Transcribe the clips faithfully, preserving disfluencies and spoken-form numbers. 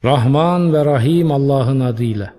Rahman ve Rahim Allah'ın adıyla.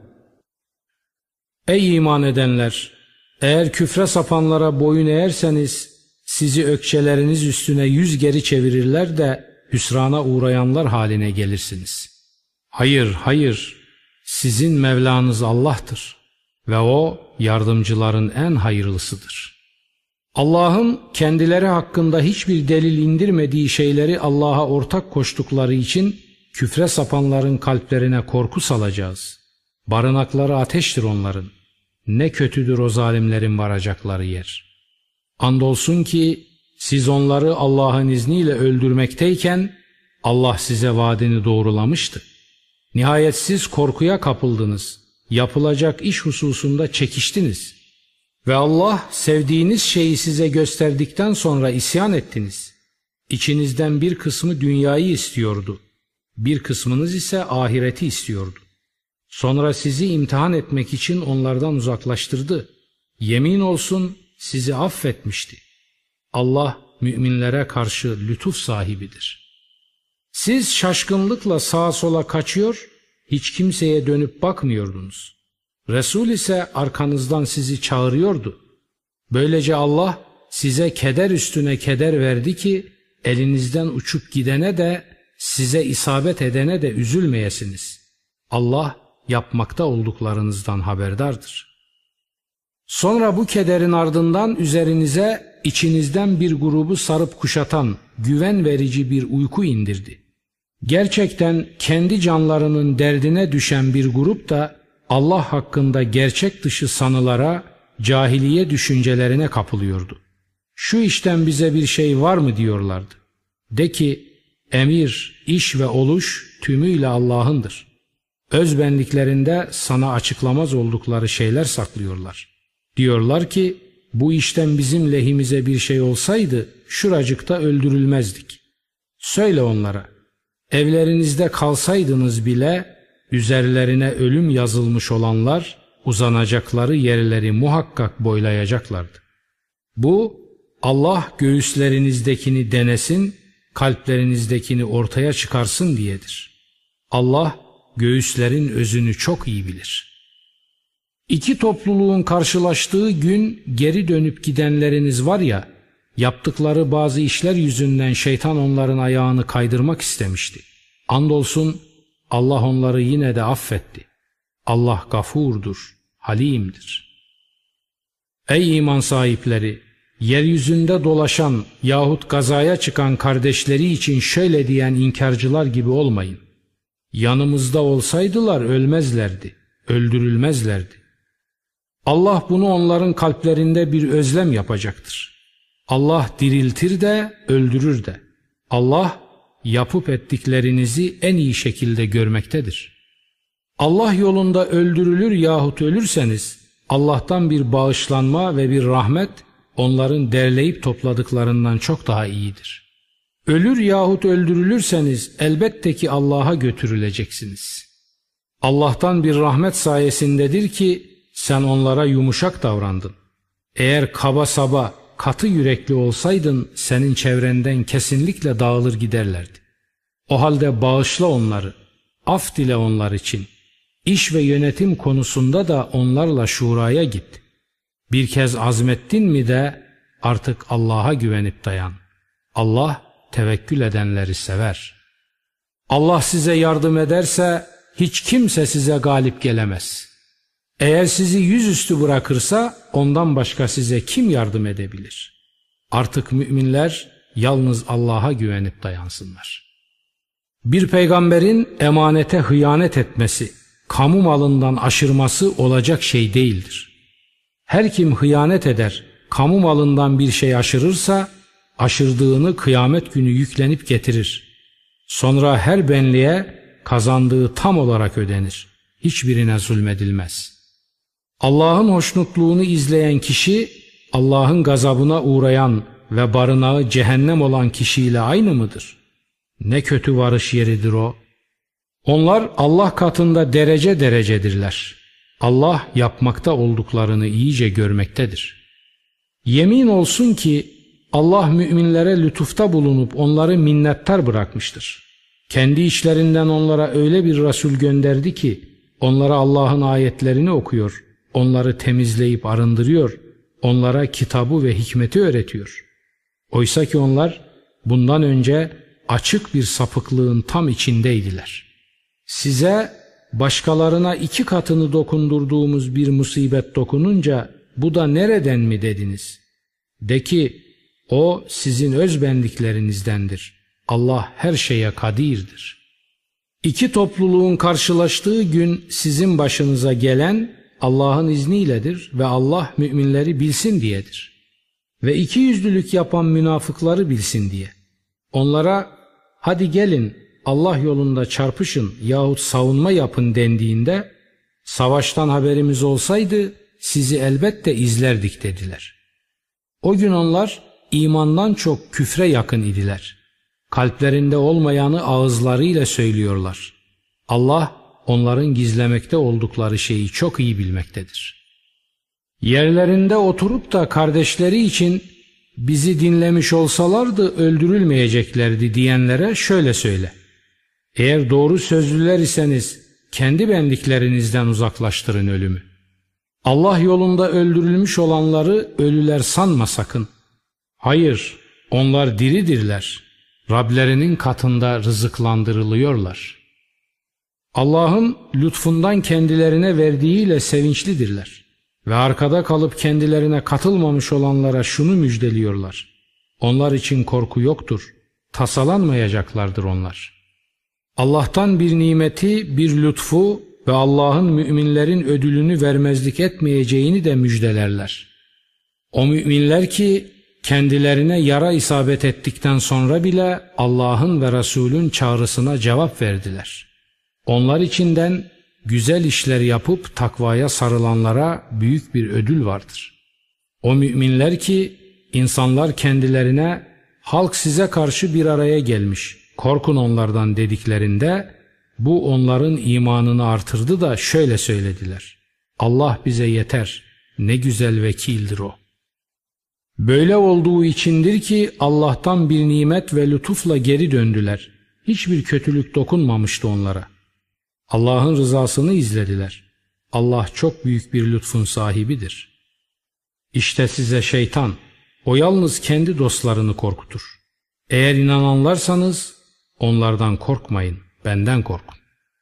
Ey iman edenler! Eğer küfre sapanlara boyun eğerseniz, sizi ökçeleriniz üstüne yüz geri çevirirler de hüsrana uğrayanlar haline gelirsiniz. Hayır, hayır! Sizin Mevlanız Allah'tır ve O yardımcıların en hayırlısıdır. Allah'ın kendileri hakkında hiçbir delil indirmediği şeyleri Allah'a ortak koştukları için küfre sapanların kalplerine korku salacağız. Barınakları ateştir onların. Ne kötüdür o zalimlerin varacakları yer. Andolsun ki siz onları Allah'ın izniyle öldürmekteyken Allah size vaadini doğrulamıştı. Nihayet siz korkuya kapıldınız. Yapılacak iş hususunda çekiştiniz. Ve Allah sevdiğiniz şeyi size gösterdikten sonra isyan ettiniz. İçinizden bir kısmı dünyayı istiyordu. Bir kısmınız ise ahireti istiyordu. Sonra sizi imtihan etmek için onlardan uzaklaştırdı. Yemin olsun sizi affetmişti. Allah müminlere karşı lütuf sahibidir. Siz şaşkınlıkla sağa sola kaçıyor, hiç kimseye dönüp bakmıyordunuz. Resul ise arkanızdan sizi çağırıyordu. Böylece Allah size keder üstüne keder verdi ki elinizden uçup gidene de size isabet edene de üzülmeyesiniz. Allah yapmakta olduklarınızdan haberdardır. Sonra bu kederin ardından üzerinize içinizden bir grubu sarıp kuşatan güven verici bir uyku indirdi. Gerçekten kendi canlarının derdine düşen bir grup da Allah hakkında gerçek dışı sanılara, cahiliye düşüncelerine kapılıyordu. Şu işten bize bir şey var mı diyorlardı. De ki, emir, iş ve oluş tümüyle Allah'ındır. Özbenliklerinde sana açıklamaz oldukları şeyler saklıyorlar. Diyorlar ki, bu işten bizim lehimize bir şey olsaydı şuracıkta öldürülmezdik. Söyle onlara, evlerinizde kalsaydınız bile üzerlerine ölüm yazılmış olanlar uzanacakları yerleri muhakkak boylayacaklardı. Bu Allah göğüslerinizdekini denesin, kalplerinizdekini ortaya çıkarsın diyedir. Allah göğüslerin özünü çok iyi bilir. İki topluluğun karşılaştığı gün geri dönüp gidenleriniz var ya, yaptıkları bazı işler yüzünden şeytan onların ayağını kaydırmak istemişti. Andolsun Allah onları yine de affetti. Allah gafurdur, halimdir. Ey iman sahipleri! Yeryüzünde dolaşan yahut gazaya çıkan kardeşleri için şöyle diyen inkarcılar gibi olmayın. Yanımızda olsaydılar ölmezlerdi, öldürülmezlerdi. Allah bunu onların kalplerinde bir özlem yapacaktır. Allah diriltir de öldürür de. Allah yapıp ettiklerinizi en iyi şekilde görmektedir. Allah yolunda öldürülür yahut ölürseniz Allah'tan bir bağışlanma ve bir rahmet onların derleyip topladıklarından çok daha iyidir. Ölür yahut öldürülürseniz elbette ki Allah'a götürüleceksiniz. Allah'tan bir rahmet sayesindedir ki sen onlara yumuşak davrandın. Eğer kaba saba, katı yürekli olsaydın senin çevrenden kesinlikle dağılır giderlerdi. O halde bağışla onları, af dile onlar için. İş ve yönetim konusunda da onlarla şuraya git. Bir kez azmettin mi de artık Allah'a güvenip dayan. Allah tevekkül edenleri sever. Allah size yardım ederse hiç kimse size galip gelemez. Eğer sizi yüzüstü bırakırsa ondan başka size kim yardım edebilir? Artık müminler yalnız Allah'a güvenip dayansınlar. Bir peygamberin emanete hıyanet etmesi, kamu malından aşırması olacak şey değildir. Her kim hıyanet eder, kamu malından bir şey aşırırsa, aşırdığını kıyamet günü yüklenip getirir. Sonra her benliğe kazandığı tam olarak ödenir. Hiçbirine zulmedilmez. Allah'ın hoşnutluğunu izleyen kişi, Allah'ın gazabına uğrayan ve barınağı cehennem olan kişiyle aynı mıdır? Ne kötü varış yeridir o. Onlar Allah katında derece derecedirler. Allah yapmakta olduklarını iyice görmektedir. Yemin olsun ki Allah müminlere lütufta bulunup onları minnettar bırakmıştır. Kendi içlerinden onlara öyle bir Resul gönderdi ki onlara Allah'ın ayetlerini okuyor, onları temizleyip arındırıyor, onlara kitabı ve hikmeti öğretiyor. Oysa ki onlar bundan önce açık bir sapıklığın tam içindeydiler. Size başkalarına iki katını dokundurduğumuz bir musibet dokununca bu da nereden mi dediniz? De ki o sizin özbenliklerinizdendir. Allah her şeye kadirdir. İki topluluğun karşılaştığı gün sizin başınıza gelen Allah'ın izniyledir ve Allah müminleri bilsin diyedir. Ve iki yüzlülük yapan münafıkları bilsin diye. Onlara hadi gelin Allah yolunda çarpışın yahut savunma yapın dendiğinde savaştan haberimiz olsaydı sizi elbette izlerdik dediler. O gün onlar imandan çok küfre yakın idiler. Kalplerinde olmayanı ağızlarıyla söylüyorlar. Allah onların gizlemekte oldukları şeyi çok iyi bilmektedir. Yerlerinde oturup da kardeşleri için bizi dinlemiş olsalardı öldürülmeyeceklerdi diyenlere şöyle söyle. Eğer doğru sözlüler iseniz kendi benliklerinizden uzaklaştırın ölümü. Allah yolunda öldürülmüş olanları ölüler sanma sakın. Hayır, onlar diridirler. Rablerinin katında rızıklandırılıyorlar. Allah'ın lütfundan kendilerine verdiğiyle sevinçlidirler. Ve arkada kalıp kendilerine katılmamış olanlara şunu müjdeliyorlar. Onlar için korku yoktur, tasalanmayacaklardır onlar. Allah'tan bir nimeti, bir lütfu ve Allah'ın müminlerin ödülünü vermezlik etmeyeceğini de müjdelerler. O müminler ki kendilerine yara isabet ettikten sonra bile Allah'ın ve Resul'ün çağrısına cevap verdiler. Onlar içinden güzel işler yapıp takvaya sarılanlara büyük bir ödül vardır. O müminler ki insanlar kendilerine halk size karşı bir araya gelmiş, korkun onlardan dediklerinde bu onların imanını artırdı da şöyle söylediler. Allah bize yeter, ne güzel vekildir o. Böyle olduğu içindir ki Allah'tan bir nimet ve lütufla geri döndüler. Hiçbir kötülük dokunmamıştı onlara. Allah'ın rızasını izlediler. Allah çok büyük bir lütfun sahibidir. İşte size şeytan, o yalnız kendi dostlarını korkutur. Eğer inananlarsanız onlardan korkmayın, benden korkun.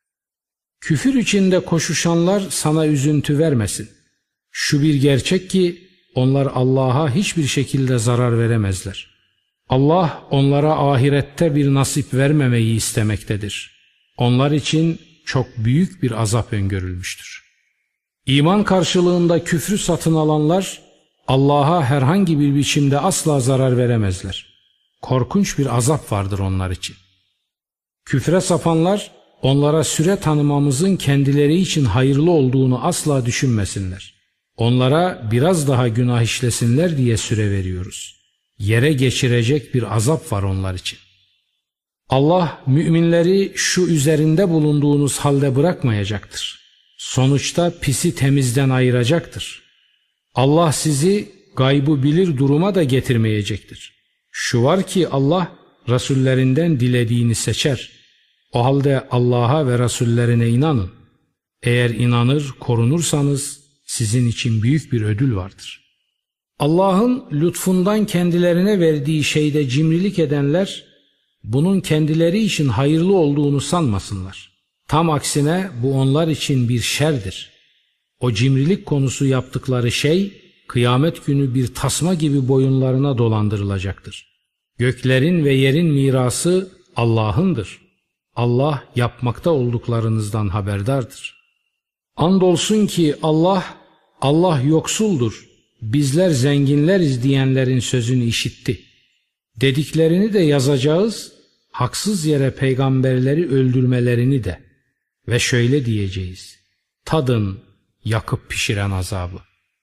Küfür içinde koşuşanlar sana üzüntü vermesin. Şu bir gerçek ki onlar Allah'a hiçbir şekilde zarar veremezler. Allah onlara ahirette bir nasip vermemeyi istemektedir. Onlar için çok büyük bir azap öngörülmüştür. İman karşılığında küfrü satın alanlar Allah'a herhangi bir biçimde asla zarar veremezler. Korkunç bir azap vardır onlar için. Küfre sapanlar onlara süre tanımamızın kendileri için hayırlı olduğunu asla düşünmesinler. Onlara biraz daha günah işlesinler diye süre veriyoruz. Yere geçirecek bir azap var onlar için. Allah müminleri şu üzerinde bulunduğunuz halde bırakmayacaktır. Sonuçta pisi temizden ayıracaktır. Allah sizi gaybı bilir duruma da getirmeyecektir. Şu var ki Allah Resullerinden dilediğini seçer. O halde Allah'a ve Resullerine inanın. Eğer inanır, korunursanız sizin için büyük bir ödül vardır. Allah'ın lütfundan kendilerine verdiği şeyde cimrilik edenler, bunun kendileri için hayırlı olduğunu sanmasınlar. Tam aksine bu onlar için bir şerdir. O cimrilik konusu yaptıkları şey, kıyamet günü bir tasma gibi boyunlarına dolandırılacaktır. Göklerin ve yerin mirası Allah'ındır. Allah yapmakta olduklarınızdan haberdardır. Andolsun ki Allah, Allah yoksuldur, bizler zenginleriz diyenlerin sözünü işitti. Dediklerini de yazacağız, haksız yere peygamberleri öldürmelerini de. Ve şöyle diyeceğiz, tadın yakıp pişiren azabı.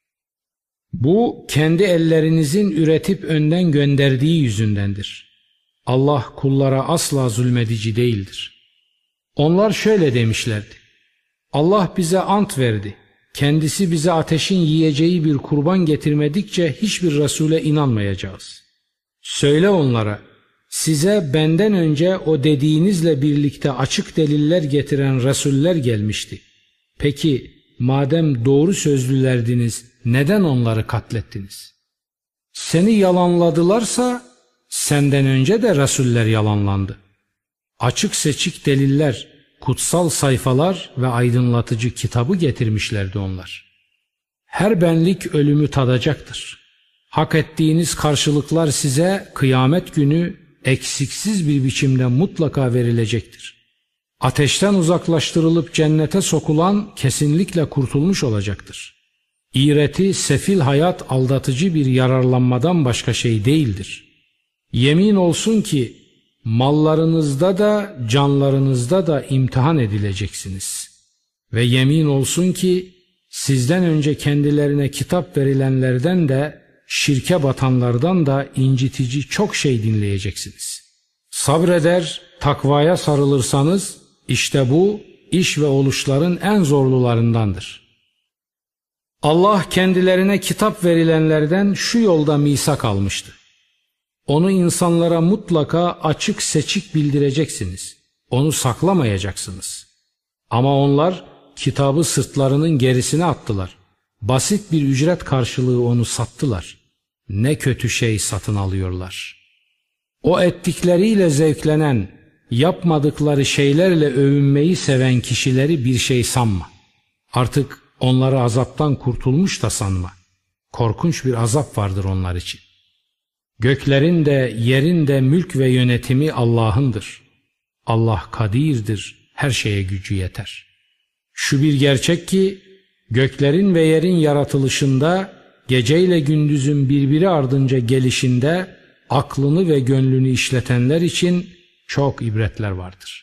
Bu kendi ellerinizin üretip önden gönderdiği yüzündendir. Allah kullara asla zulmedici değildir. Onlar şöyle demişlerdi, Allah bize ant verdi, kendisi bize ateşin yiyeceği bir kurban getirmedikçe hiçbir Resul'e inanmayacağız. Söyle onlara, Size benden önce o dediğinizle birlikte açık deliller getiren Resuller gelmişti. Peki madem doğru sözlülerdiniz, neden onları katlettiniz? Seni yalanladılarsa senden önce de Resuller yalanlandı. Açık seçik deliller, kutsal sayfalar ve aydınlatıcı kitabı getirmişlerdi onlar. Her benlik ölümü tadacaktır. Hak ettiğiniz karşılıklar size kıyamet günü eksiksiz bir biçimde mutlaka verilecektir. Ateşten uzaklaştırılıp cennete sokulan kesinlikle kurtulmuş olacaktır. İğreti, sefil hayat aldatıcı bir yararlanmadan başka şey değildir. Yemin olsun ki mallarınızda da canlarınızda da imtihan edileceksiniz. Ve yemin olsun ki sizden önce kendilerine kitap verilenlerden de şirke batanlardan da incitici çok şey dinleyeceksiniz. Sabreder, takvaya sarılırsanız işte bu iş ve oluşların en zorlularındandır. Allah kendilerine kitap verilenlerden şu yolda misak almıştı. Onu insanlara mutlaka açık seçik bildireceksiniz. Onu saklamayacaksınız. Ama onlar kitabı sırtlarının gerisine attılar. Basit bir ücret karşılığı onu sattılar. Ne kötü şey satın alıyorlar. O ettikleriyle zevklenen, yapmadıkları şeylerle övünmeyi seven kişileri bir şey sanma. Artık onları azaptan kurtulmuş da sanma. Korkunç bir azap vardır onlar için. Göklerin de yerin de mülk ve yönetimi Allah'ındır. Allah kadirdir, her şeye gücü yeter. Şu bir gerçek ki göklerin ve yerin yaratılışında, geceyle gündüzün birbiri ardınca gelişinde aklını ve gönlünü işletenler için çok ibretler vardır.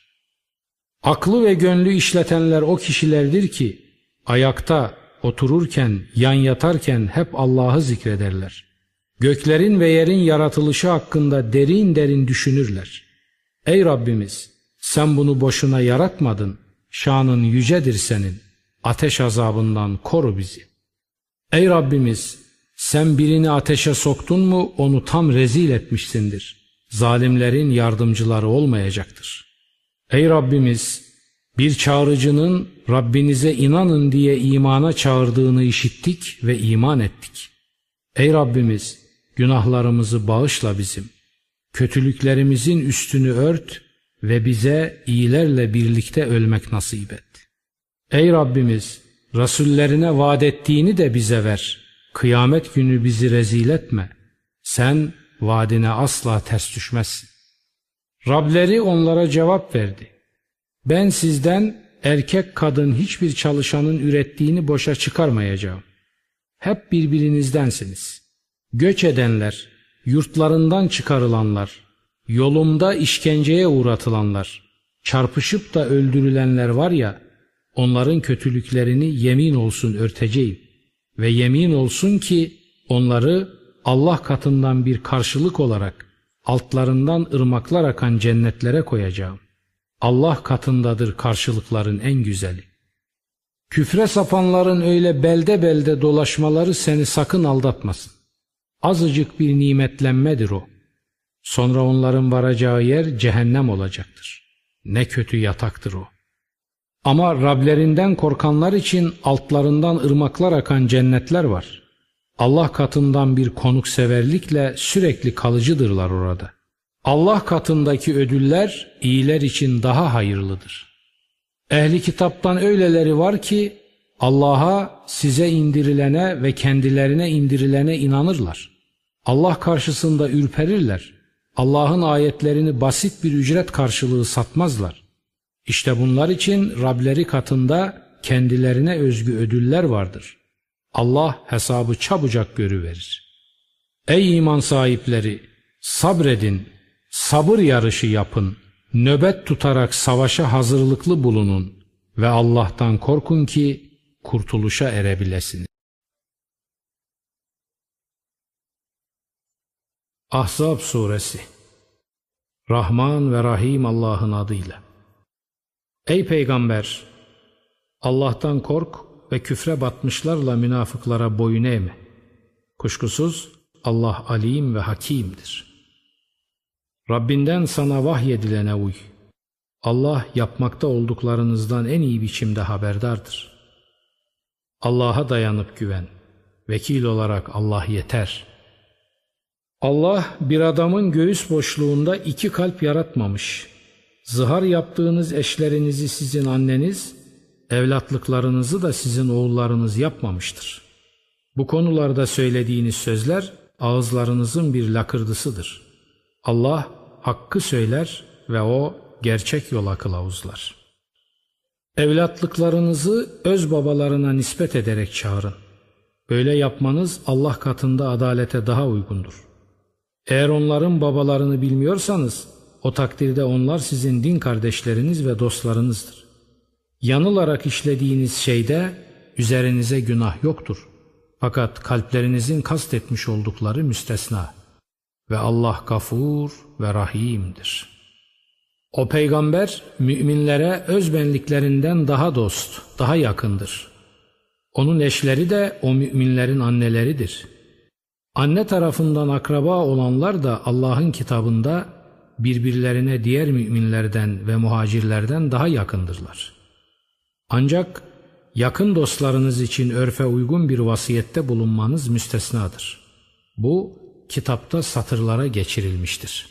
Aklı ve gönlü işletenler o kişilerdir ki ayakta, otururken, yan yatarken hep Allah'ı zikrederler. Göklerin ve yerin yaratılışı hakkında derin derin düşünürler. Ey Rabbimiz, sen bunu boşuna yaratmadın, şanın yücedir senin, ateş azabından koru bizi. Ey Rabbimiz, sen birini ateşe soktun mu onu tam rezil etmişsindir. Zalimlerin yardımcıları olmayacaktır. Ey Rabbimiz, bir çağrıcının Rabbinize inanın diye imana çağırdığını işittik ve iman ettik. Ey Rabbimiz, günahlarımızı bağışla bizim. Kötülüklerimizin üstünü ört ve bize iyilerle birlikte ölmek nasip et. Ey Rabbimiz, Resullerine vaat ettiğini de bize ver. Kıyamet günü bizi rezil etme. Sen vaadine asla ters düşmezsin. Rableri onlara cevap verdi. Ben sizden erkek kadın hiçbir çalışanın ürettiğini boşa çıkarmayacağım. Hep birbirinizdensiniz. Göç edenler, yurtlarından çıkarılanlar, yolumda işkenceye uğratılanlar, çarpışıp da öldürülenler var ya, onların kötülüklerini yemin olsun örteceğim. Ve yemin olsun ki onları Allah katından bir karşılık olarak altlarından ırmaklar akan cennetlere koyacağım. Allah katındadır karşılıkların en güzeli. Küfre sapanların öyle belde belde dolaşmaları seni sakın aldatmasın. Azıcık bir nimetlenmedir o. Sonra onların varacağı yer cehennem olacaktır. Ne kötü yataktır o. Ama Rablerinden korkanlar için altlarından ırmaklar akan cennetler var. Allah katından bir konukseverlikle sürekli kalıcıdırlar orada. Allah katındaki ödüller iyiler için daha hayırlıdır. Ehli kitaptan öyleleri var ki Allah'a, size indirilene ve kendilerine indirilene inanırlar. Allah karşısında ürperirler. Allah'ın ayetlerini basit bir ücret karşılığı satmazlar. İşte bunlar için Rableri katında kendilerine özgü ödüller vardır. Allah hesabı çabucak görüverir. Ey iman sahipleri, sabredin, sabır yarışı yapın, nöbet tutarak savaşa hazırlıklı bulunun ve Allah'tan korkun ki kurtuluşa erebilesiniz. Ahzab Suresi. Rahman ve Rahim Allah'ın adıyla. Ey Peygamber! Allah'tan kork ve küfre batmışlarla münafıklara boyun eğme. Kuşkusuz Allah alim ve hakimdir. Rabbinden sana vahyedilene uy. Allah yapmakta olduklarınızdan en iyi biçimde haberdardır. Allah'a dayanıp güven. Vekil olarak Allah yeter. Allah bir adamın göğüs boşluğunda iki kalp yaratmamış. Zihar yaptığınız eşlerinizi sizin anneniz, evlatlıklarınızı da sizin oğullarınız yapmamıştır. Bu konularda söylediğiniz sözler ağızlarınızın bir lakırdısıdır. Allah hakkı söyler ve o gerçek yola kılavuzlar. Evlatlıklarınızı öz babalarına nispet ederek çağırın. Böyle yapmanız Allah katında adalete daha uygundur. Eğer onların babalarını bilmiyorsanız, o takdirde onlar sizin din kardeşleriniz ve dostlarınızdır. Yanılarak işlediğiniz şeyde üzerinize günah yoktur. Fakat kalplerinizin kastetmiş oldukları müstesna. Ve Allah gafur ve rahimdir. O peygamber müminlere özbenliklerinden daha dost, daha yakındır. Onun eşleri de o müminlerin anneleridir. Anne tarafından akraba olanlar da Allah'ın kitabında birbirlerine diğer müminlerden ve muhacirlerden daha yakındırlar. Ancak yakın dostlarınız için örfe uygun bir vasiyette bulunmanız müstesnadır. Bu kitapta satırlara geçirilmiştir.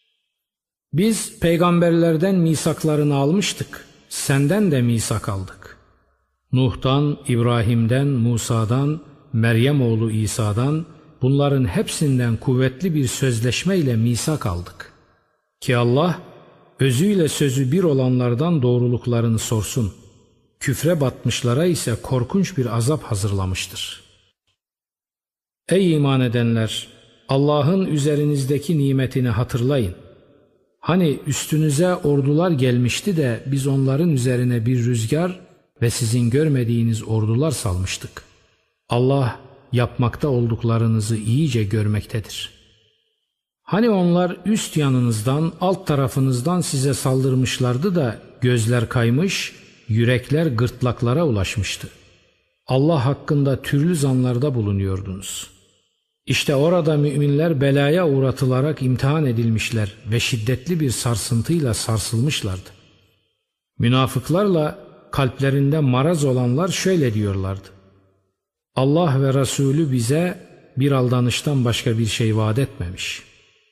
Biz peygamberlerden misaklarını almıştık, senden de misak aldık. Nuh'tan, İbrahim'den, Musa'dan, Meryem oğlu İsa'dan, bunların hepsinden kuvvetli bir sözleşmeyle misak aldık. Ki Allah özüyle sözü bir olanlardan doğruluklarını sorsun. Küfre batmışlara ise korkunç bir azap hazırlamıştır. Ey iman edenler! Allah'ın üzerinizdeki nimetini hatırlayın. Hani üstünüze ordular gelmişti de biz onların üzerine bir rüzgar ve sizin görmediğiniz ordular salmıştık. Allah yapmakta olduklarınızı iyice görmektedir. Hani onlar üst yanınızdan, alt tarafınızdan size saldırmışlardı da gözler kaymış, yürekler gırtlaklara ulaşmıştı. Allah hakkında türlü zanlarda bulunuyordunuz. İşte orada müminler belaya uğratılarak imtihan edilmişler ve şiddetli bir sarsıntıyla sarsılmışlardı. Münafıklarla kalplerinde maraz olanlar şöyle diyorlardı: Allah ve Resulü bize bir aldanıştan başka bir şey vaat etmemiş.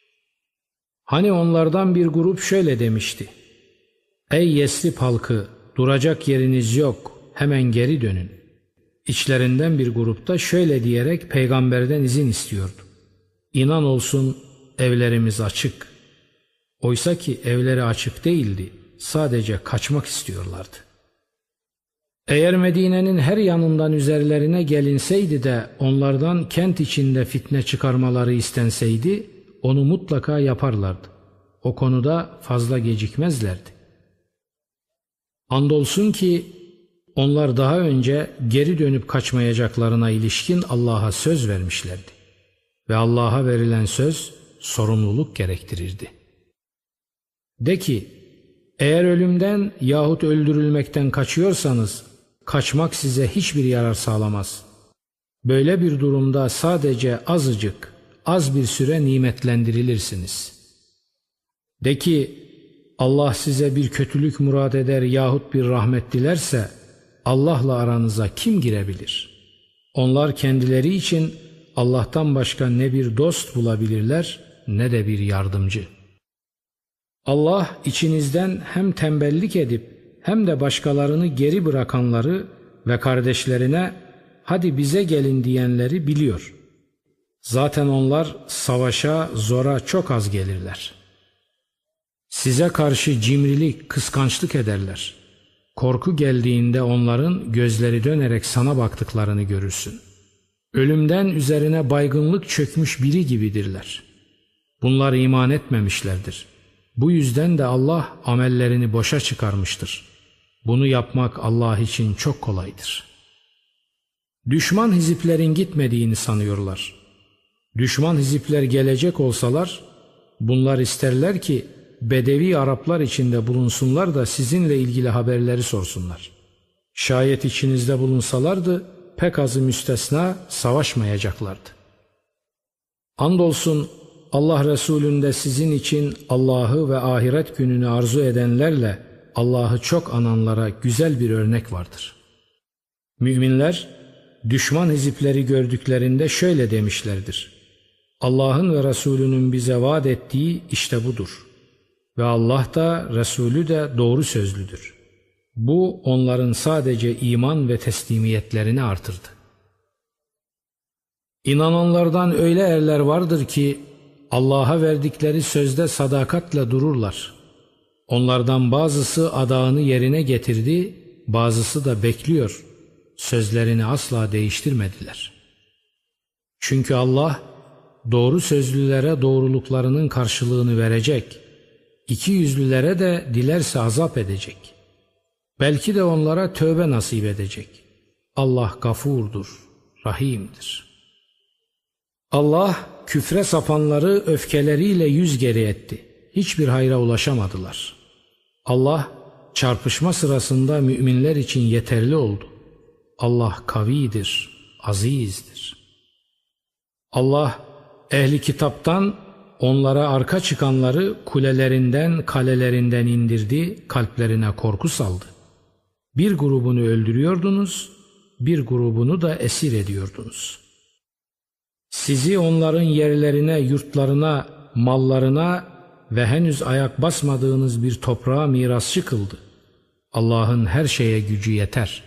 Hani onlardan bir grup şöyle demişti: Ey Yesrib halkı, duracak yeriniz yok, hemen geri dönün. İçlerinden bir grupta şöyle diyerek peygamberden izin istiyordu: İnan olsun evlerimiz açık. Oysa ki evleri açık değildi, sadece kaçmak istiyorlardı. Eğer Medine'nin her yanından üzerlerine gelinseydi de onlardan kent içinde fitne çıkarmaları istenseydi, onu mutlaka yaparlardı. O konuda fazla gecikmezlerdi. Andolsun ki onlar daha önce geri dönüp kaçmayacaklarına ilişkin Allah'a söz vermişlerdi. Ve Allah'a verilen söz sorumluluk gerektirirdi. De ki, eğer ölümden yahut öldürülmekten kaçıyorsanız, kaçmak size hiçbir yarar sağlamaz. Böyle bir durumda sadece azıcık, az bir süre nimetlendirilirsiniz. De ki, Allah size bir kötülük murad eder yahut bir rahmet dilerse, Allah'la aranıza kim girebilir? Onlar kendileri için Allah'tan başka ne bir dost bulabilirler ne de bir yardımcı. Allah içinizden hem tembellik edip hem de başkalarını geri bırakanları ve kardeşlerine hadi bize gelin diyenleri biliyor. Zaten onlar savaşa, zora çok az gelirler. Size karşı cimrilik, kıskançlık ederler. Korku geldiğinde onların gözleri dönerek sana baktıklarını görürsün. Ölümden üzerine baygınlık çökmüş biri gibidirler. Bunlar iman etmemişlerdir. Bu yüzden de Allah amellerini boşa çıkarmıştır. Bunu yapmak Allah için çok kolaydır. Düşman hiziplerin gitmediğini sanıyorlar. Düşman hizipler gelecek olsalar, bunlar isterler ki Bedevi Araplar içinde bulunsunlar da sizinle ilgili haberleri sorsunlar. Şayet içinizde bulunsalardı pek azı müstesna savaşmayacaklardı. Andolsun Allah Resulü'nde sizin için Allah'ı ve ahiret gününü arzu edenlerle Allah'ı çok ananlara güzel bir örnek vardır. Müminler düşman hizipleri gördüklerinde şöyle demişlerdir: Allah'ın ve Resulünün bize vaat ettiği işte budur. Ve Allah da Resulü de doğru sözlüdür. Bu onların sadece iman ve teslimiyetlerini artırdı. İnananlardan öyle erler vardır ki Allah'a verdikleri sözde sadakatle dururlar. Onlardan bazısı adağını yerine getirdi, bazısı da bekliyor. Sözlerini asla değiştirmediler. Çünkü Allah doğru sözlülere doğruluklarının karşılığını verecek, iki yüzlülere de dilerse azap edecek. Belki de onlara tövbe nasip edecek. Allah gafurdur, rahimdir. Allah küfre sapanları öfkeleriyle yüz geri etti. Hiçbir hayra ulaşamadılar. Allah çarpışma sırasında müminler için yeterli oldu. Allah kavidir, azizdir. Allah ehli kitaptan onlara arka çıkanları kulelerinden, kalelerinden indirdi, kalplerine korku saldı. Bir grubunu öldürüyordunuz, bir grubunu da esir ediyordunuz. Sizi onların yerlerine, yurtlarına, mallarına ve henüz ayak basmadığınız bir toprağa mirasçı kıldı. Allah'ın her şeye gücü yeter.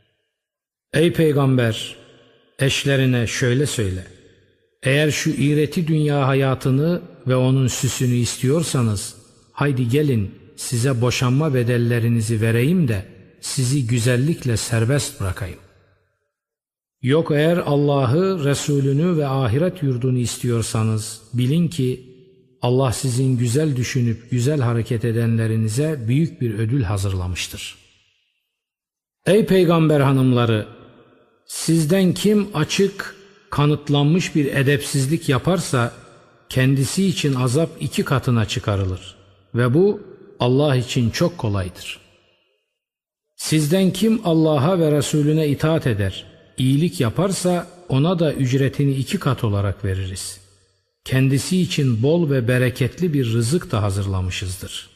Ey Peygamber, eşlerine şöyle söyle: eğer şu iğreti dünya hayatını ve onun süsünü istiyorsanız, haydi gelin size boşanma bedellerinizi vereyim de sizi güzellikle serbest bırakayım. Yok, eğer Allah'ı, Resulünü ve ahiret yurdunu istiyorsanız bilin ki Allah sizin güzel düşünüp güzel hareket edenlerinize büyük bir ödül hazırlamıştır. Ey Peygamber hanımları, sizden kim açık, kanıtlanmış bir edepsizlik yaparsa kendisi için azap iki katına çıkarılır ve bu Allah için çok kolaydır. Sizden kim Allah'a ve Resulüne itaat eder, iyilik yaparsa ona da ücretini iki kat olarak veririz. Kendisi için bol ve bereketli bir rızık da hazırlamışızdır.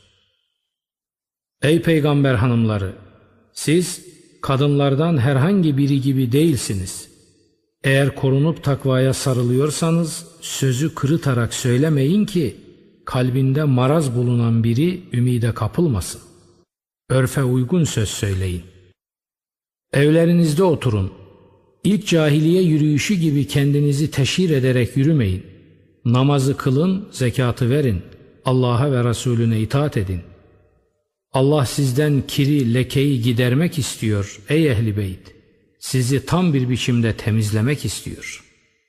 Ey Peygamber hanımları, siz kadınlardan herhangi biri gibi değilsiniz. Eğer korunup takvaya sarılıyorsanız sözü kırıtarak söylemeyin ki kalbinde maraz bulunan biri ümide kapılmasın. Örfe uygun söz söyleyin. Evlerinizde oturun. İlk cahiliye yürüyüşü gibi kendinizi teşhir ederek yürümeyin. Namazı kılın, zekatı verin. Allah'a ve Resulüne itaat edin. Allah sizden kiri, lekeyi gidermek istiyor ey ehli beyt. Sizi tam bir biçimde temizlemek istiyor.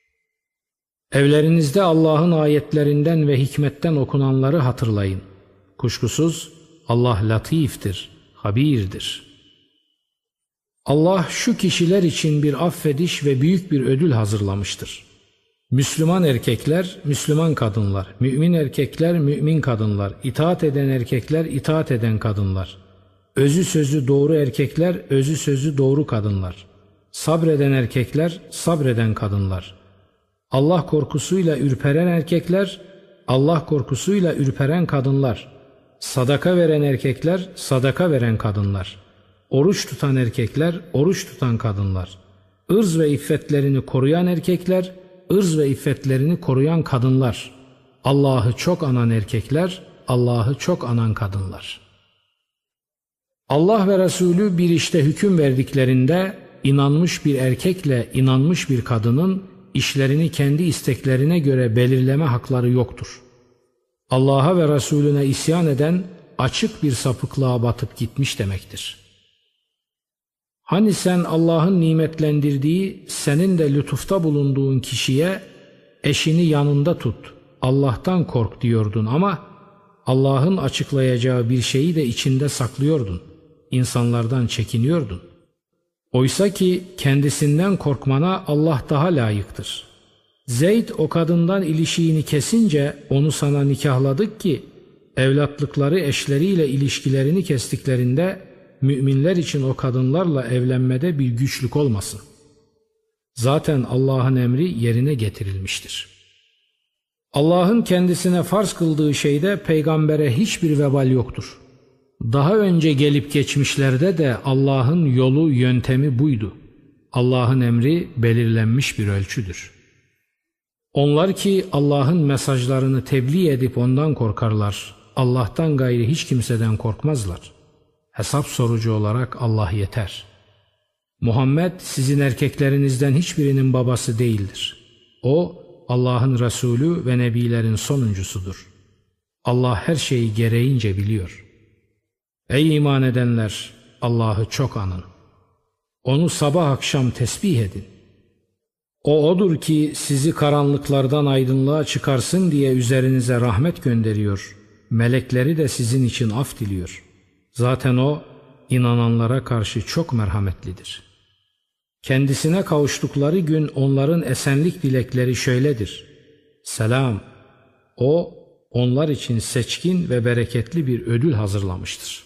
Evlerinizde Allah'ın ayetlerinden ve hikmetten okunanları hatırlayın. Kuşkusuz Allah latiftir, habirdir. Allah şu kişiler için bir affediş ve büyük bir ödül hazırlamıştır. Müslüman erkekler, Müslüman kadınlar, mümin erkekler, mümin kadınlar, itaat eden erkekler, itaat eden kadınlar, özü sözü doğru erkekler, özü sözü doğru kadınlar, sabreden erkekler, sabreden kadınlar, Allah korkusuyla ürperen erkekler, Allah korkusuyla ürperen kadınlar, sadaka veren erkekler, sadaka veren kadınlar, oruç tutan erkekler, oruç tutan kadınlar, ırz ve iffetlerini koruyan erkekler, ırz ve iffetlerini koruyan kadınlar, Allah'ı çok anan erkekler, Allah'ı çok anan kadınlar. Allah ve Resulü bir işte hüküm verdiklerinde inanmış bir erkekle inanmış bir kadının işlerini kendi isteklerine göre belirleme hakları yoktur. Allah'a ve Resulüne isyan eden açık bir sapıklığa batıp gitmiş demektir. Hani sen Allah'ın nimetlendirdiği, senin de lütufta bulunduğun kişiye eşini yanında tut, Allah'tan kork diyordun ama Allah'ın açıklayacağı bir şeyi de içinde saklıyordun, insanlardan çekiniyordun. Oysa ki kendisinden korkmana Allah daha layıktır. Zeyd o kadından ilişiğini kesince onu sana nikahladık ki evlatlıkları eşleriyle ilişkilerini kestiklerinde müminler için o kadınlarla evlenmede bir güçlük olmasın. Zaten Allah'ın emri yerine getirilmiştir. Allah'ın kendisine farz kıldığı şeyde peygambere hiçbir vebal yoktur. Daha önce gelip geçmişlerde de Allah'ın yolu, yöntemi buydu. Allah'ın emri belirlenmiş bir ölçüdür. Onlar ki Allah'ın mesajlarını tebliğ edip ondan korkarlar, Allah'tan gayri hiç kimseden korkmazlar. Hesap sorucu olarak Allah yeter. Muhammed sizin erkeklerinizden hiçbirinin babası değildir. O Allah'ın Resulü ve Nebilerin sonuncusudur. Allah her şeyi gereğince biliyor. Ey iman edenler! Allah'ı çok anın. Onu sabah akşam tesbih edin. O odur ki sizi karanlıklardan aydınlığa çıkarsın diye üzerinize rahmet gönderiyor. Melekleri de sizin için af diliyor. Zaten o inananlara karşı çok merhametlidir. Kendisine kavuştukları gün onların esenlik dilekleri şöyledir: Selam. O onlar için seçkin ve bereketli bir ödül hazırlamıştır.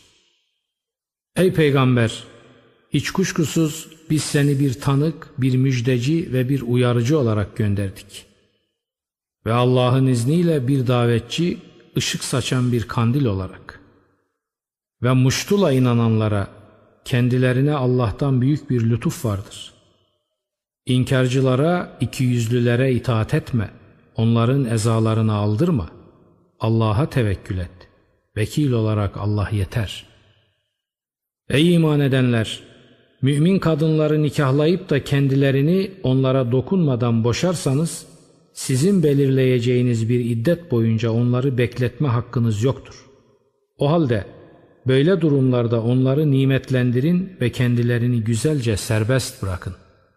Ey Peygamber! Hiç kuşkusuz biz seni bir tanık, bir müjdeci ve bir uyarıcı olarak gönderdik. Ve Allah'ın izniyle bir davetçi, ışık saçan bir kandil olarak. Ve muştula inananlara, kendilerine Allah'tan büyük bir lütuf vardır. İnkarcılara, ikiyüzlülere itaat etme, onların ezalarını aldırma. Allah'a tevekkül et. Vekil olarak Allah yeter. Ey iman edenler! Mümin kadınları nikahlayıp da kendilerini onlara dokunmadan boşarsanız, sizin belirleyeceğiniz bir iddet boyunca onları bekletme hakkınız yoktur. O halde böyle durumlarda onları nimetlendirin ve kendilerini güzelce serbest bırakın.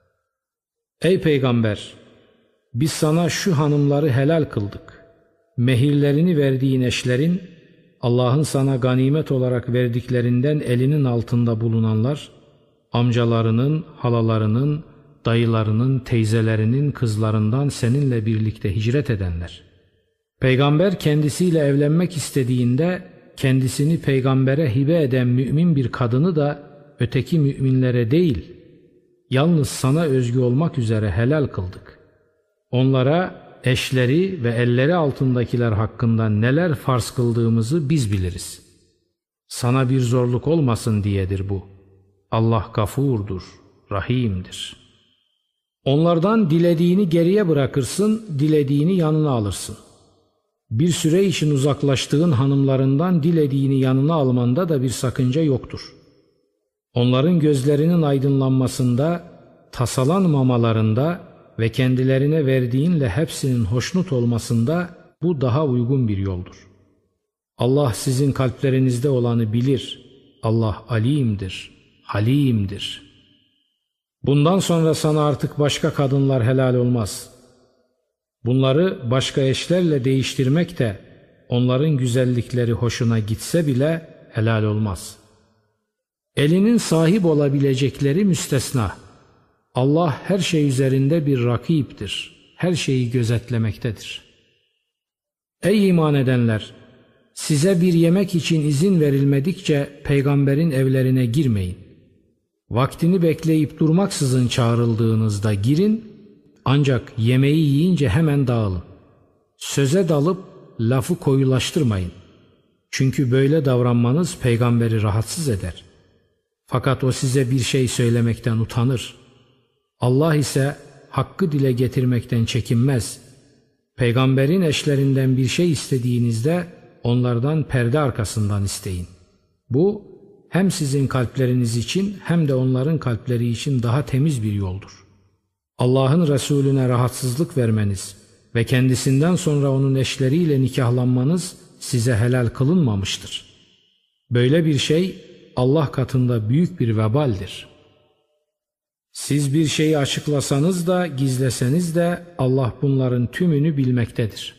Ey Peygamber! Biz sana şu hanımları helal kıldık. Mehirlerini verdiğin eşlerin, Allah'ın sana ganimet olarak verdiklerinden elinin altında bulunanlar, amcalarının, halalarının, dayılarının, teyzelerinin kızlarından seninle birlikte hicret edenler. Peygamber kendisiyle evlenmek istediğinde kendisini peygambere hibe eden mümin bir kadını da öteki müminlere değil, yalnız sana özgü olmak üzere helal kıldık. Onlara eşleri ve elleri altındakiler hakkında neler farz kıldığımızı biz biliriz. Sana bir zorluk olmasın diyedir bu. Allah gafurdur, rahimdir. Onlardan dilediğini geriye bırakırsın, dilediğini yanına alırsın. Bir süre için uzaklaştığın hanımlarından dilediğini yanına almanda da bir sakınca yoktur. Onların gözlerinin aydınlanmasında, tasalanmamalarında ve kendilerine verdiğinle hepsinin hoşnut olmasında bu daha uygun bir yoldur. Allah sizin kalplerinizde olanı bilir. Allah alimdir, halimdir. Bundan sonra sana artık başka kadınlar helal olmaz. Bunları başka eşlerle değiştirmek de onların güzellikleri hoşuna gitse bile helal olmaz. Elinin sahip olabilecekleri müstesna. Allah her şey üzerinde bir rakiptir. Her şeyi gözetlemektedir. Ey iman edenler! Size bir yemek için izin verilmedikçe peygamberin evlerine girmeyin. Vaktini bekleyip durmaksızın çağrıldığınızda girin, ancak yemeği yiyince hemen dağılın. Söze dalıp lafı koyulaştırmayın. Çünkü böyle davranmanız peygamberi rahatsız eder. Fakat o size bir şey söylemekten utanır. Allah ise hakkı dile getirmekten çekinmez. Peygamberin eşlerinden bir şey istediğinizde onlardan perde arkasından isteyin. Bu hem sizin kalpleriniz için hem de onların kalpleri için daha temiz bir yoldur. Allah'ın Resulüne rahatsızlık vermeniz ve kendisinden sonra onun eşleriyle nikahlanmanız size helal kılınmamıştır. Böyle bir şey Allah katında büyük bir vebaldir. Siz bir şeyi açıklasanız da gizleseniz de Allah bunların tümünü bilmektedir.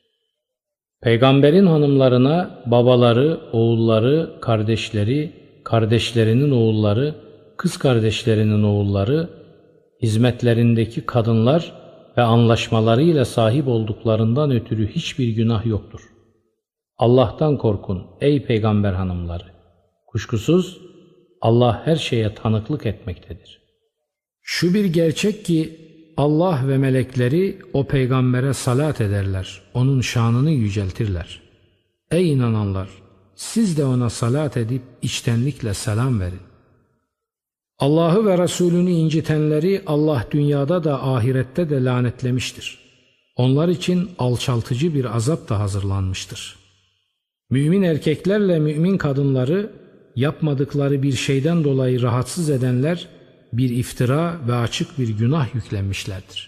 Peygamberin hanımlarına babaları, oğulları, kardeşleri, kardeşlerinin oğulları, kız kardeşlerinin oğulları, hizmetlerindeki kadınlar ve anlaşmalarıyla sahip olduklarından ötürü hiçbir günah yoktur. Allah'tan korkun ey peygamber hanımları. Kuşkusuz Allah her şeye tanıklık etmektedir. Şu bir gerçek ki Allah ve melekleri o peygambere salat ederler, onun şanını yüceltirler. Ey inananlar! Siz de ona salat edip içtenlikle selam verin. Allah'ı ve Resulünü incitenleri Allah dünyada da ahirette de lanetlemiştir. Onlar için alçaltıcı bir azap da hazırlanmıştır. Mümin erkeklerle mümin kadınları yapmadıkları bir şeyden dolayı rahatsız edenler bir iftira ve açık bir günah yüklenmişlerdir.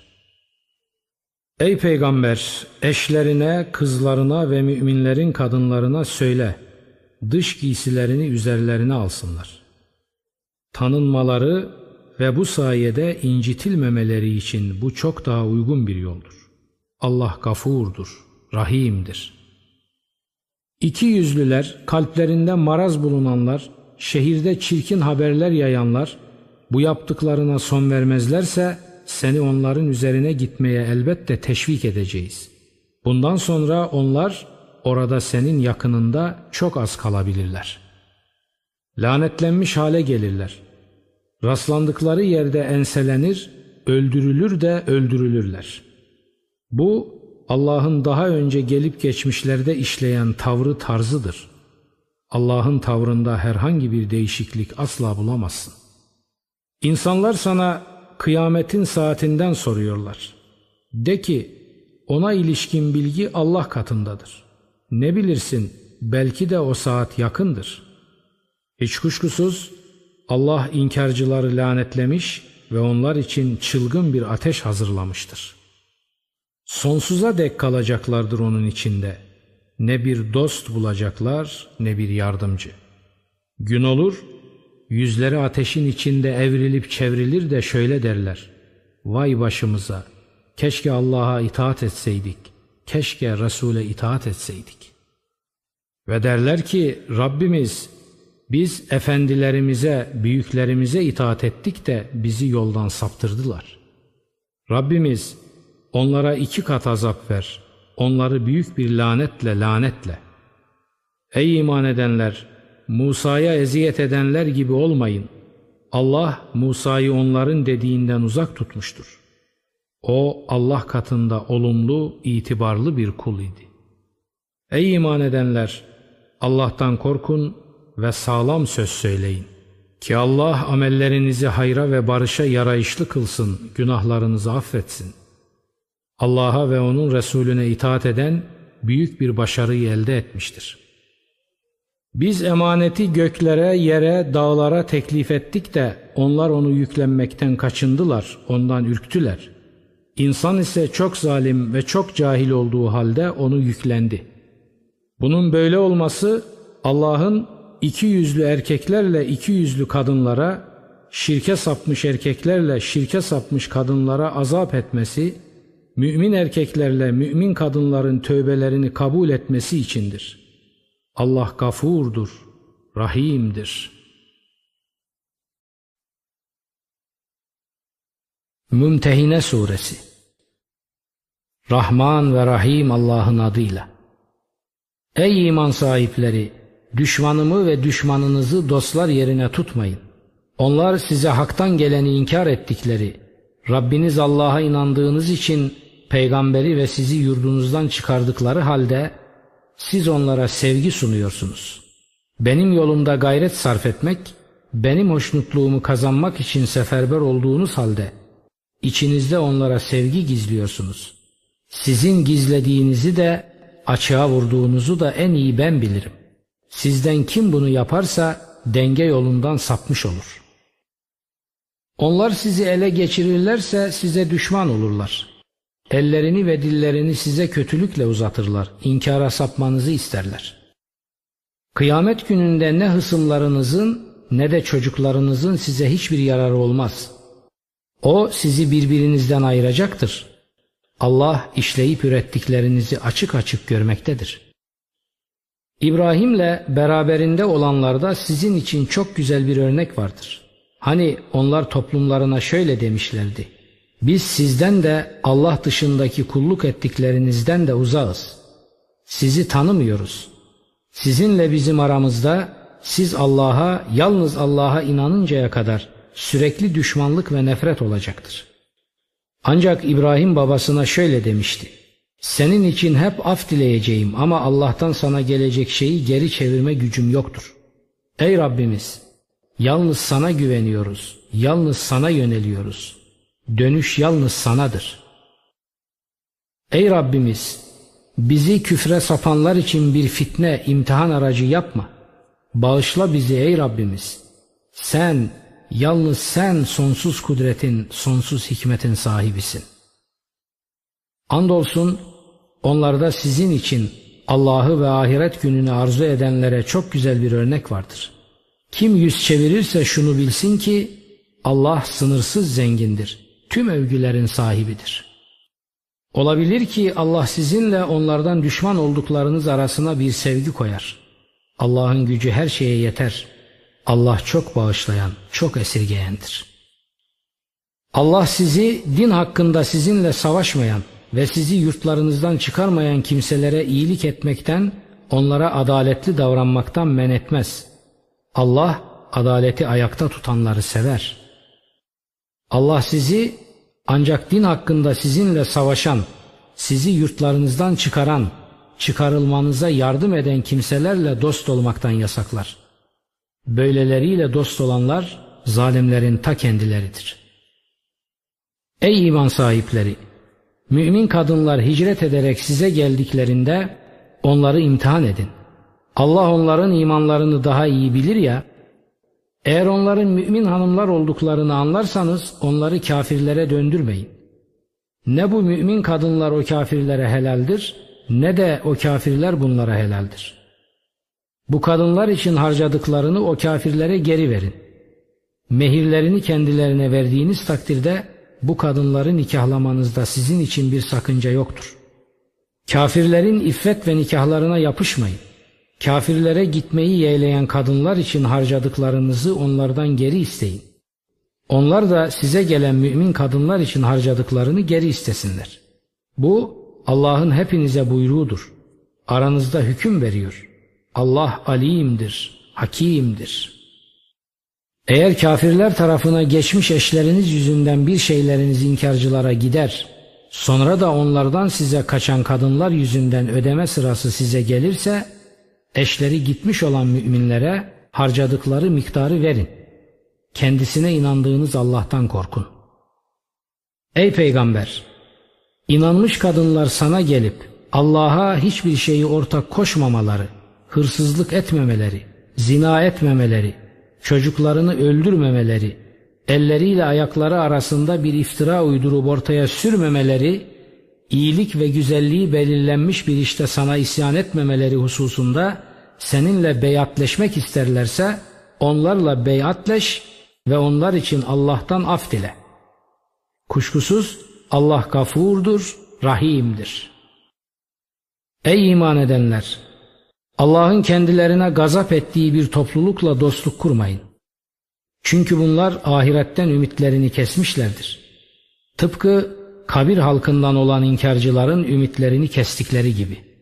Ey Peygamber! Eşlerine, kızlarına ve müminlerin kadınlarına söyle, dış giysilerini üzerlerine alsınlar. Tanınmaları ve bu sayede incitilmemeleri için bu çok daha uygun bir yoldur. Allah gafurdur, rahimdir. İki yüzlüler, kalplerinde maraz bulunanlar, şehirde çirkin haberler yayanlar, bu yaptıklarına son vermezlerse seni onların üzerine gitmeye elbette teşvik edeceğiz. Bundan sonra onlar orada senin yakınında çok az kalabilirler. Lanetlenmiş hale gelirler. Rastlandıkları yerde enselenir, öldürülür de öldürülürler. Bu Allah'ın daha önce gelip geçmişlerde işleyen tavrı tarzıdır. Allah'ın tavrında herhangi bir değişiklik asla bulamazsın. İnsanlar sana kıyametin saatinden soruyorlar. De ki, ona ilişkin bilgi Allah katındadır. Ne bilirsin, belki de o saat yakındır. Hiç kuşkusuz Allah inkarcıları lanetlemiş ve onlar için çılgın bir ateş hazırlamıştır. Sonsuza dek kalacaklardır onun içinde. Ne bir dost bulacaklar, ne bir yardımcı. Gün olur, yüzleri ateşin içinde evrilip çevrilir de şöyle derler: vay başımıza, keşke Allah'a itaat etseydik, keşke Resul'e itaat etseydik. Ve derler ki, Rabbimiz, biz efendilerimize, büyüklerimize itaat ettik de bizi yoldan saptırdılar. Rabbimiz, onlara iki kat azap ver, onları büyük bir lanetle lanetle. Ey iman edenler! Musa'ya eziyet edenler gibi olmayın. Allah Musa'yı onların dediğinden uzak tutmuştur. O Allah katında olumlu, itibarlı bir kul idi. Ey iman edenler! Allah'tan korkun ve sağlam söz söyleyin. Ki Allah amellerinizi hayra ve barışa yarayışlı kılsın, günahlarınızı affetsin. Allah'a ve onun Resulüne itaat eden büyük bir başarıyı elde etmiştir. Biz emaneti göklere, yere, dağlara teklif ettik de onlar onu yüklenmekten kaçındılar, ondan ürktüler. İnsan ise çok zalim ve çok cahil olduğu halde onu yüklendi. Bunun böyle olması Allah'ın iki yüzlü erkeklerle iki yüzlü kadınlara, şirke sapmış erkeklerle şirke sapmış kadınlara azap etmesi, mümin erkeklerle mümin kadınların tövbelerini kabul etmesi içindir. Allah gafurdur, rahimdir. Mümtehine Suresi. Rahman ve Rahim Allah'ın adıyla. Ey iman sahipleri! Düşmanımı ve düşmanınızı dostlar yerine tutmayın. Onlar size haktan geleni inkar ettikleri, Rabbiniz Allah'a inandığınız için peygamberi ve sizi yurdunuzdan çıkardıkları halde siz onlara sevgi sunuyorsunuz. Benim yolumda gayret sarf etmek, benim hoşnutluğumu kazanmak için seferber olduğunuz halde içinizde onlara sevgi gizliyorsunuz. Sizin gizlediğinizi de açığa vurduğunuzu da en iyi ben bilirim. Sizden kim bunu yaparsa denge yolundan sapmış olur. Onlar sizi ele geçirirlerse size düşman olurlar. Ellerini ve dillerini size kötülükle uzatırlar, inkara sapmanızı isterler. Kıyamet gününde ne hısımlarınızın ne de çocuklarınızın size hiçbir yararı olmaz. O sizi birbirinizden ayıracaktır. Allah işleyip ürettiklerinizi açık açık görmektedir. İbrahim'le beraberinde olanlarda sizin için çok güzel bir örnek vardır. Hani onlar toplumlarına şöyle demişlerdi: biz sizden de Allah dışındaki kulluk ettiklerinizden de uzağız. Sizi tanımıyoruz. Sizinle bizim aramızda siz Allah'a, yalnız Allah'a inanıncaya kadar sürekli düşmanlık ve nefret olacaktır. Ancak İbrahim babasına şöyle demişti: senin için hep af dileyeceğim ama Allah'tan sana gelecek şeyi geri çevirme gücüm yoktur. Ey Rabbimiz, yalnız sana güveniyoruz, yalnız sana yöneliyoruz. Dönüş yalnız sanadır. Ey Rabbimiz, bizi küfre sapanlar için bir fitne, imtihan aracı yapma. Bağışla bizi ey Rabbimiz. Sen, yalnız sen sonsuz kudretin, sonsuz hikmetin sahibisin. Andolsun onlarda sizin için Allah'ı ve ahiret gününü arzu edenlere çok güzel bir örnek vardır. Kim yüz çevirirse şunu bilsin ki Allah sınırsız zengindir, tüm övgülerin sahibidir. Olabilir ki Allah sizinle onlardan düşman olduklarınız arasına bir sevgi koyar. Allah'ın gücü her şeye yeter. Allah çok bağışlayan, çok esirgeyendir. Allah sizi din hakkında sizinle savaşmayan ve sizi yurtlarınızdan çıkarmayan kimselere iyilik etmekten, onlara adaletli davranmaktan men etmez. Allah adaleti ayakta tutanları sever. Allah sizi ancak din hakkında sizinle savaşan, sizi yurtlarınızdan çıkaran, çıkarılmanıza yardım eden kimselerle dost olmaktan yasaklar. Böyleleriyle dost olanlar zalimlerin ta kendileridir. Ey iman sahipleri! Mümin kadınlar hicret ederek size geldiklerinde onları imtihan edin. Allah onların imanlarını daha iyi bilir ya, eğer onların mümin hanımlar olduklarını anlarsanız onları kafirlere döndürmeyin. Ne bu mümin kadınlar o kafirlere helaldir, ne de o kafirler bunlara helaldir. Bu kadınlar için harcadıklarını o kafirlere geri verin. Mehirlerini kendilerine verdiğiniz takdirde bu kadınları nikahlamanızda sizin için bir sakınca yoktur. Kafirlerin iffet ve nikahlarına yapışmayın. Kafirlere gitmeyi yeğleyen kadınlar için harcadıklarınızı onlardan geri isteyin. Onlar da size gelen mümin kadınlar için harcadıklarını geri istesinler. Bu Allah'ın hepinize buyruğudur. Aranızda hüküm veriyor. Allah alimdir, hakimdir. Eğer kafirler tarafına geçmiş eşleriniz yüzünden bir şeyleriniz inkarcılara gider, sonra da onlardan size kaçan kadınlar yüzünden ödeme sırası size gelirse, eşleri gitmiş olan müminlere harcadıkları miktarı verin. Kendisine inandığınız Allah'tan korkun. Ey Peygamber! İnanmış kadınlar sana gelip Allah'a hiçbir şeyi ortak koşmamaları, hırsızlık etmemeleri, zina etmemeleri, çocuklarını öldürmemeleri, elleriyle ayakları arasında bir iftira uydurup ortaya sürmemeleri, iyilik ve güzelliği belirlenmiş bir işte sana isyan etmemeleri hususunda seninle beyatleşmek isterlerse onlarla beyatleş ve onlar için Allah'tan af dile. Kuşkusuz Allah gafurdur, rahimdir. Ey iman edenler! Allah'ın kendilerine gazap ettiği bir toplulukla dostluk kurmayın. Çünkü bunlar ahiretten ümitlerini kesmişlerdir. Tıpkı kabir halkından olan inkarcıların ümitlerini kestikleri gibi.